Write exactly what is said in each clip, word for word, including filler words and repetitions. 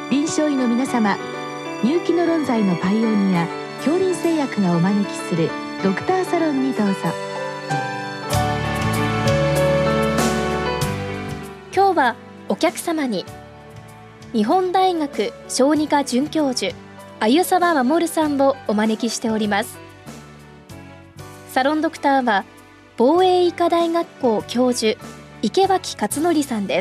臨床医の皆様、入気の論剤のパイオニア恐林製薬がお招きするドクターサロンにどうぞ。 今日はお客様に日本大学小児科准教授鮎沢守さんをお招きしております。サロンドクターは防衛医科大学校教授池脇勝則さんです。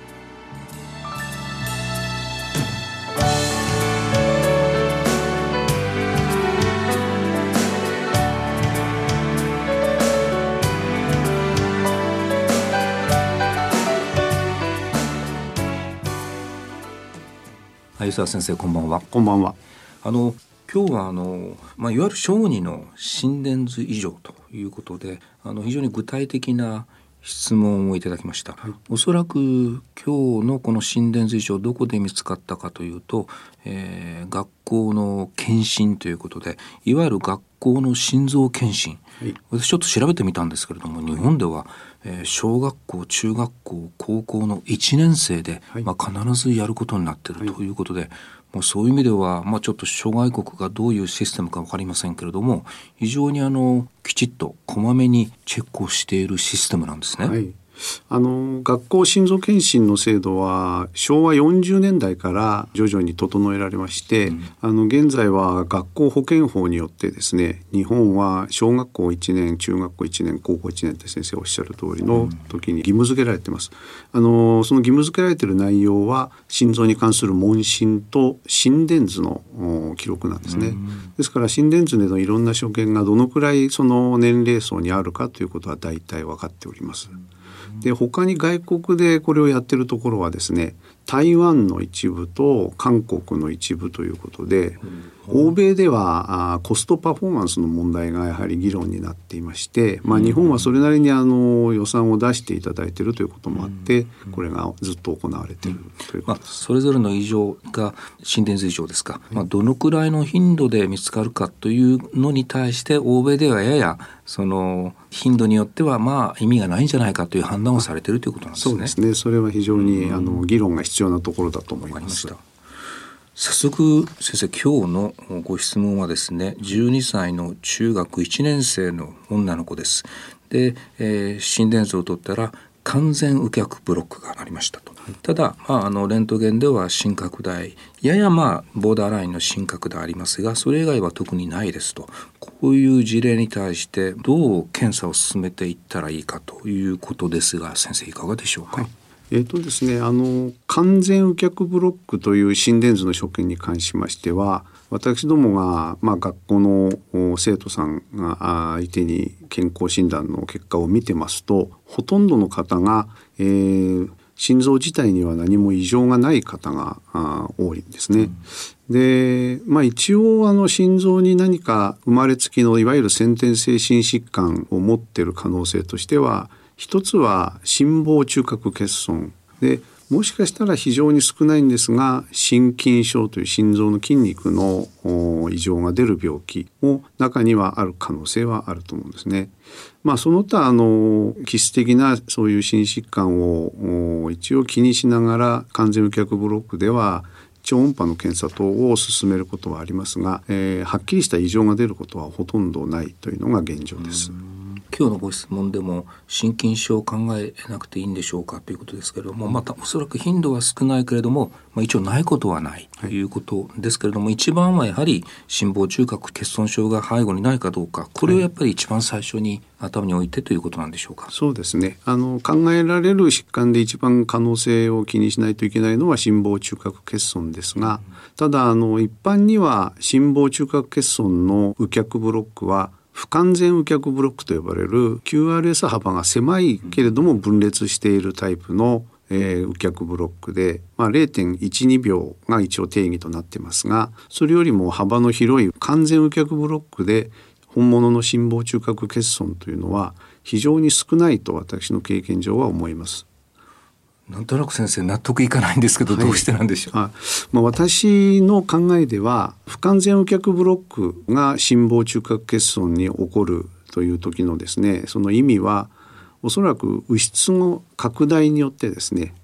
鮎沢先生、こんばんは。 こんばんは。 あの今日はあの、まあ、いわゆる小児の心電図異常ということで、あの非常に具体的な質問をいただきました、はい、おそらく今日のこの心電図異常どこで見つかったかというと、えー、学校の検診ということで、いわゆる学校の心臓検診、はい、私ちょっと調べてみたんですけれども、日本では、えー、小学校、中学校、高校のいちねん生で、はい、まあ、必ずやることになっているということで、はい、もうそういう意味では、まあ、ちょっと諸外国がどういうシステムか分かりませんけれども、非常にあのきちっとこまめにチェックをしているシステムなんですね。 はい、あの学校心臓検診の制度はしょうわよんじゅうねんだいから徐々に整えられまして、うん、あの現在は学校保健法によってですね、日本は小学校いちねん、中学校いちねん、高校いちねんって先生おっしゃる通りの時に義務付けられています。あのその義務付けられている内容は心臓に関する問診と心電図の記録なんですね。うん、ですから心電図でのいろんな所見がどのくらいその年齢層にあるかということは大体分かっております。で他に外国でこれをやってるところはですね、台湾の一部と韓国の一部ということで、うん、欧米ではあコストパフォーマンスの問題がやはり議論になっていまして、まあ、日本はそれなりにあの予算を出していただいているということもあって、うん、これがずっと行われているということです。 まあ、それぞれの異常が心電図異常ですか、はい、まあ、どのくらいの頻度で見つかるかというのに対して欧米ではややその頻度によってはまあ意味がないんじゃないかという判断をされているということなんですね。 そうですね。それは非常に、うん、あの議論が必要なところだと思います。わかりました。 早速先生、今日のご質問はですね、じゅうにさいの中学いちねん生の女の子です。で、えー、心電図を取ったら完全右脚ブロックがありましたと。ただ、まあ、あのレントゲンでは心拡大、ややまあボーダーラインの心拡大ありますが、それ以外は特にないですと。こういう事例に対してどう検査を進めていったらいいかということですが、先生いかがでしょうか。 はい、えーとですね、あの完全右脚ブロックという心電図の所見に関しましては、私どもが、まあ、学校の生徒さんが相手に健康診断の結果を見てますと、ほとんどの方が、えー、心臓自体には何も異常がない方が多いんですね。うん、で、まあ、一応あの心臓に何か生まれつきのいわゆる先天性心疾患を持っている可能性としては、一つは心房中隔欠損で、もしかしたら非常に少ないんですが、心筋症という心臓の筋肉の異常が出る病気も中にはある可能性はあると思うんですね。まあ、その他あの基質的なそういう心疾患を一応気にしながら、完全右脚ブロックでは超音波の検査等を進めることはありますが、えー、はっきりした異常が出ることはほとんどないというのが現状です。 今日のご質問でも心筋症を考えなくていいんでしょうかということですけれども、またおそらく頻度は少ないけれども、まあ、一応ないことはないということですけれども、はい、一番はやはり心房中隔欠損症が背後にないかどうか、これをやっぱり一番最初に頭に置いてということなんでしょうか。 そうですね。あの考えられる疾患で一番可能性を気にしないといけないのは心房中隔欠損ですが、うん、ただあの一般には心房中隔欠損の右脚ブロックは不完全右脚ブロックと呼ばれる キューアールエス 幅が狭いけれども分裂しているタイプの、えー、右脚ブロックで、まあ、れいてんいちにびょうが一応定義となっていますが、それよりも幅の広い完全右脚ブロックで本物の心房中隔欠損というのは非常に少ないと私の経験上は思います。 なんとなく先生納得いかないんですけど、はい、どうしてなんでしょう。 あ、まあ、私の考えでは不完全右脚ブロックが心房中隔欠損に起こるという時のですね、その意味はおそらく右室の拡大によってですね、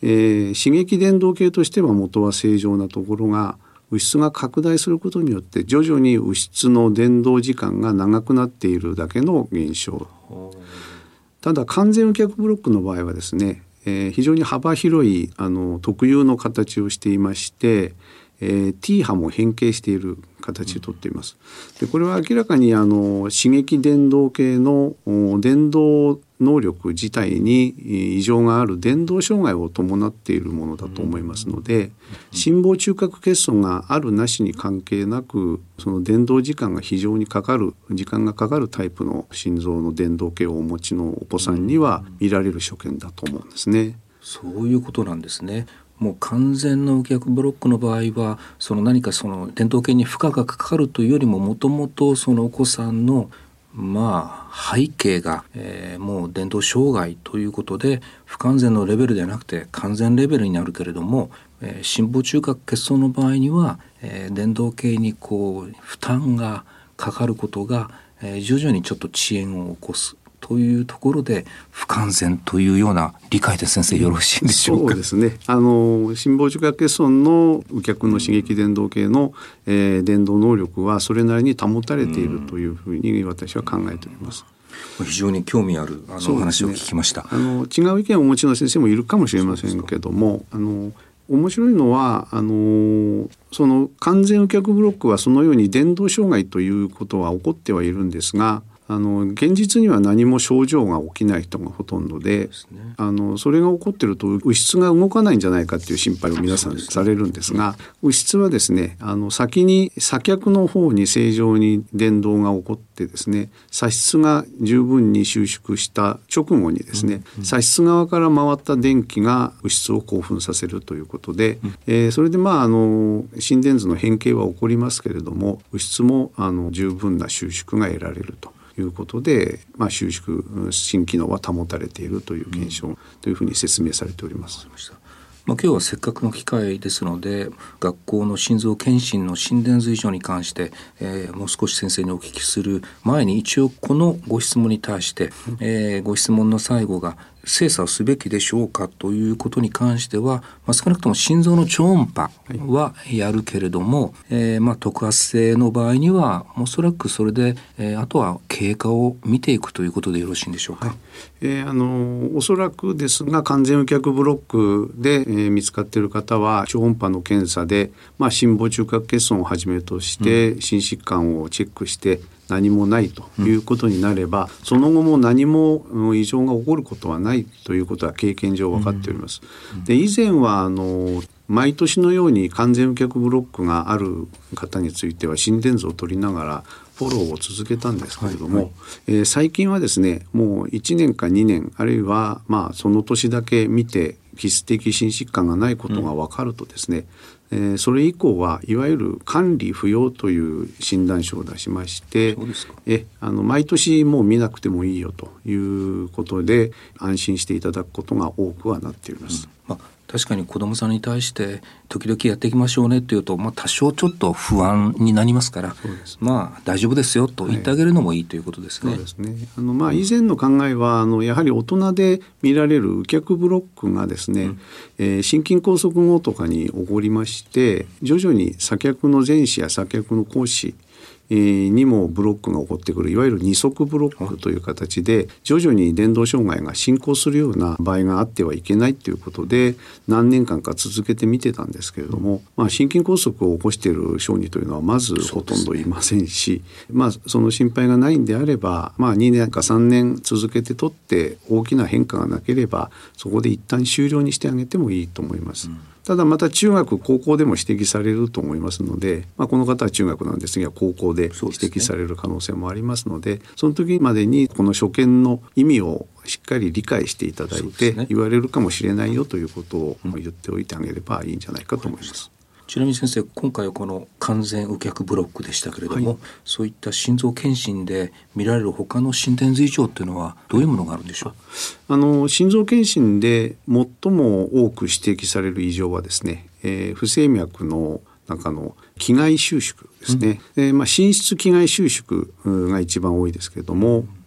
えー、刺激伝導系としては元は正常なところが右室が拡大することによって徐々に右室の伝導時間が長くなっているだけの現象。ただ完全右脚ブロックの場合はですね、えー、非常に幅広いあの特有の形をしていまして、えー、T 波も変形している形をとっています。でこれは明らかにあの刺激伝導系の伝導能力自体に異常がある伝導障害を伴っているものだと思いますので、心房中隔欠損があるなしに関係なくその伝導時間が非常にかかる時間がかかるタイプの心臓の伝導系をお持ちのお子さんには見られる所見だと思うんですね。 そういうことなんですね。もう完全の右脚ブロックの場合はその何かその伝導系に負荷がかかるというよりももともとそのお子さんのまあ背景が、えー、もう伝導障害ということで不完全のレベルではなくて完全レベルになるけれども、えー、心房中隔欠損の場合には、えー、伝導系にこう負担がかかることが、えー、徐々にちょっと遅延を起こすというところで不完全というような理解で先生よろしいでしょうか。 そうですね。あの心房中隔欠損の右脚の刺激伝導系の、えー、伝導能力はそれなりに保たれているというふうに私は考えております。 非常に興味あるあの、ね、話を聞きました。 あの違う意見をお持ちの先生もいるかもしれませんけども、あの面白いのはあのその完全右脚ブロックはそのように伝導障害ということは起こってはいるんですが、あの現実には何も症状が起きない人がほとんど で, です、ね、あのそれが起こっていると右室が動かないんじゃないかという心配を皆さんされるんですが、右室はですねあの先に左脚の方に正常に伝導が起こってですね左室が十分に収縮した直後にですね、うんうん、左室側から回った電気が右室を興奮させるということで、うんえー、それでまああの心電図の変形は起こりますけれども右室もあの十分な収縮が得られるということで、まあ、収縮心機能は保たれているという現象というふうに説明されております。 うんまあ、今日はせっかくの機会ですので学校の心臓検診の心電図異常に関して、えー、もう少し先生にお聞きする前に一応このご質問に対して、うんえー、ご質問の最後が精査をすべきでしょうかということに関しては、まあ、少なくとも心臓の超音波はやるけれども、はいえーまあ、特発性の場合にはおそらくそれで、えー、あとは経過を見ていくということでよろしいんでしょうか。 はいえー、あのおそらくですが完全右脚ブロックで、えー、見つかっている方は超音波の検査で、まあ、心房中隔欠損をはじめとして心疾患をチェックして何もないということになれば、うん、その後も何も異常が起こることはないということは経験上分かっております。うんうん、で以前はあの毎年のように完全右脚ブロックがある方については心電図を取りながらフォローを続けたんですけれども、はいはいえー、最近はですねもういちねんかにねんあるいはまあその年だけ見て基質的心疾患がないことが分かるとですね、うんえー、それ以降はいわゆる管理不要という診断書を出しまして、 そうですか。 えあの毎年もう見なくてもいいよということで安心していただくことが多くはなっています。 うんまあ確かに子どもさんに対して時々やっていきましょうねっていうと、まあ、多少ちょっと不安になりますからそうです、 まあ、大丈夫ですよと言ってあげるのもいいということですね。 はい、そうですね。あのまあ以前の考えはあのやはり大人で見られる右脚ブロックがですね、うんえー、心筋梗塞後とかに起こりまして徐々に左脚の前肢や左脚の後肢にもブロックが起こってくるいわゆる二足ブロックという形で徐々に伝導障害が進行するような場合があってはいけないということで何年間か続けて見てたんですけれども、まあ、心筋梗塞を起こしている小児というのはまずほとんどいませんし、まあ、その心配がないんであれば、まあ、にねんかさんねん続けて取って大きな変化がなければそこで一旦終了にしてあげてもいいと思います。うんただまた中学高校でも指摘されると思いますので、まあ、この方は中学なんですが高校で指摘される可能性もありますので、その時までにこの所見の意味をしっかり理解していただいて、ね、言われるかもしれないよということを言っておいてあげればいいんじゃないかと思います。 ちなみに先生今回はこの完全右脚ブロックでしたけれども、はい、そういった心臓検診で見られる他の心電図異常というのはどういうものがあるんでしょう。 あの心臓検診で最も多く指摘される異常はですね、えー、不整脈の中の気外収縮ですね、うんえーまあ、心室気外収縮が一番多いですけれども、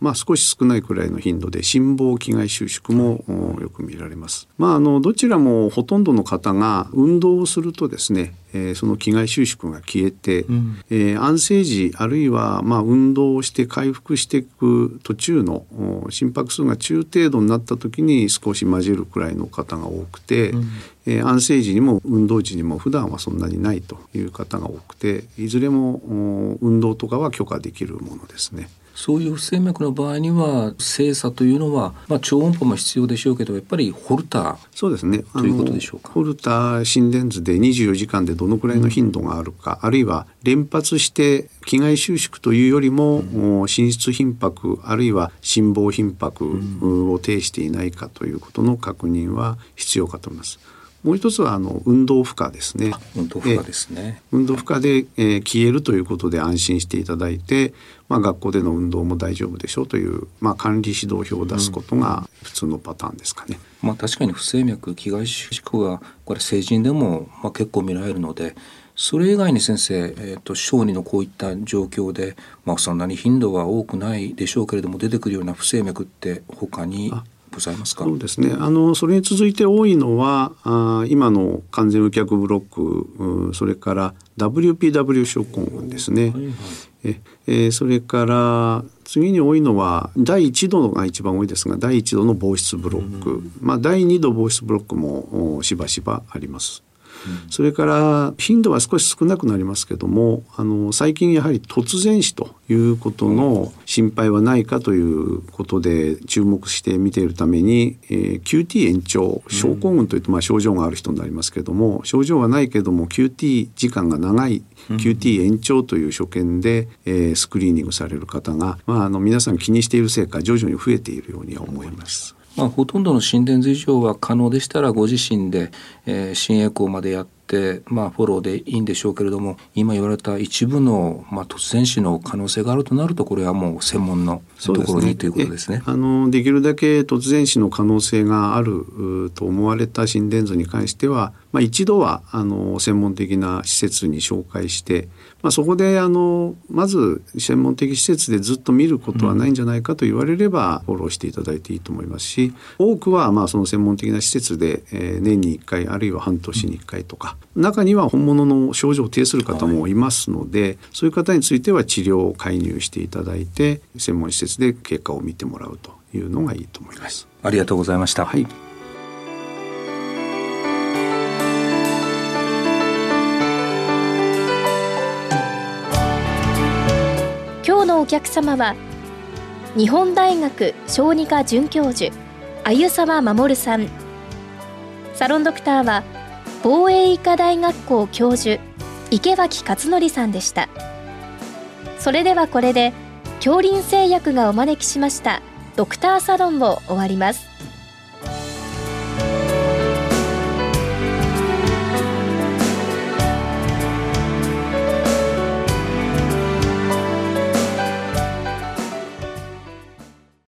まあ、少し少ないくらいの頻度で心房器外収縮もよく見られます。まあ、あのどちらもほとんどの方が運動をするとですね、えー、その器外収縮が消えて、うん、えー、安静時あるいはまあ運動をして回復していく途中の心拍数が中程度になった時に少し混じるくらいの方が多くて、うん、えー、安静時にも運動時にも普段はそんなにないという方が多くて、いずれも運動とかは許可できるものですね。 そういう不整脈の場合には精査というのは、まあ、超音波も必要でしょうけど、やっぱりホルター、 そうですね、 ということでしょうか。 ホルター心電図でにじゅうよじかんでどのくらいの頻度があるか、うん、あるいは連発して器外収縮というよりも、うん、心室頻拍あるいは心房頻拍を呈していないかということの確認は必要かと思います。もう一つはあの運動負荷ですね。 運動負荷ですね。 運動負荷で、えー、消えるということで安心していただいて、まあ、学校での運動も大丈夫でしょうという、まあ、管理指導表を出すことが普通のパターンですかね。 うん、まあ、確かに不整脈器外収縮がこれ成人でもまあ結構見られるので、それ以外に先生、えー、と小児のこういった状況で、まあ、そんなに頻度は多くないでしょうけれども出てくるような不整脈って他にございますか？ そうですね、あのそれに続いて多いのはあ今の完全右脚ブロック、それから ダブリューピーダブリュー 症候群ですね。はいはい、ええー、それから次に多いのはだいいちどが一番多いですが、だいいちどの房室ブロック、まあ、だいにど房室ブロックもしばしばあります。それから頻度は少し少なくなりますけども、あの最近やはり突然死ということの心配はないかということで注目して見ているために、えー、キューティー 延長症候群といってまあ症状がある人になりますけども、症状はないけども キューティー 時間が長い キューティー 延長という所見で、えー、スクリーニングされる方が、まあ、あの皆さん気にしているせいか徐々に増えているようには思います。 まあ、ほとんどの心電図異常は可能でしたらご自身で、えー、心エコーまでやって、まあ、フォローでいいんでしょうけれども、今言われた一部の、まあ、突然死の可能性があるとなると、これはもう専門のところにということですね。 あのできるだけ突然死の可能性があると思われた心電図に関しては、まあ、一度はあの専門的な施設に紹介して、まあ、そこであのまず専門的施設でずっと見ることはないんじゃないかと言われれば、フォローしていただいていいと思いますし、多くはまあその専門的な施設で、えー、年にいっかいあるいは半年にいっかいとか、中には本物の症状を呈する方もいますので、はい、そういう方については治療を介入していただいて専門施設で結果を見てもらうというのがいいと思います。 ありがとうございました。 はい、 今日のお客様は日本大学小児科准教授鮎沢守さん。サロンドクターは防衛医科大学校教授池脇勝則さんでした。それではこれで杏林製薬がお招きしましたドクターサロンを終わります。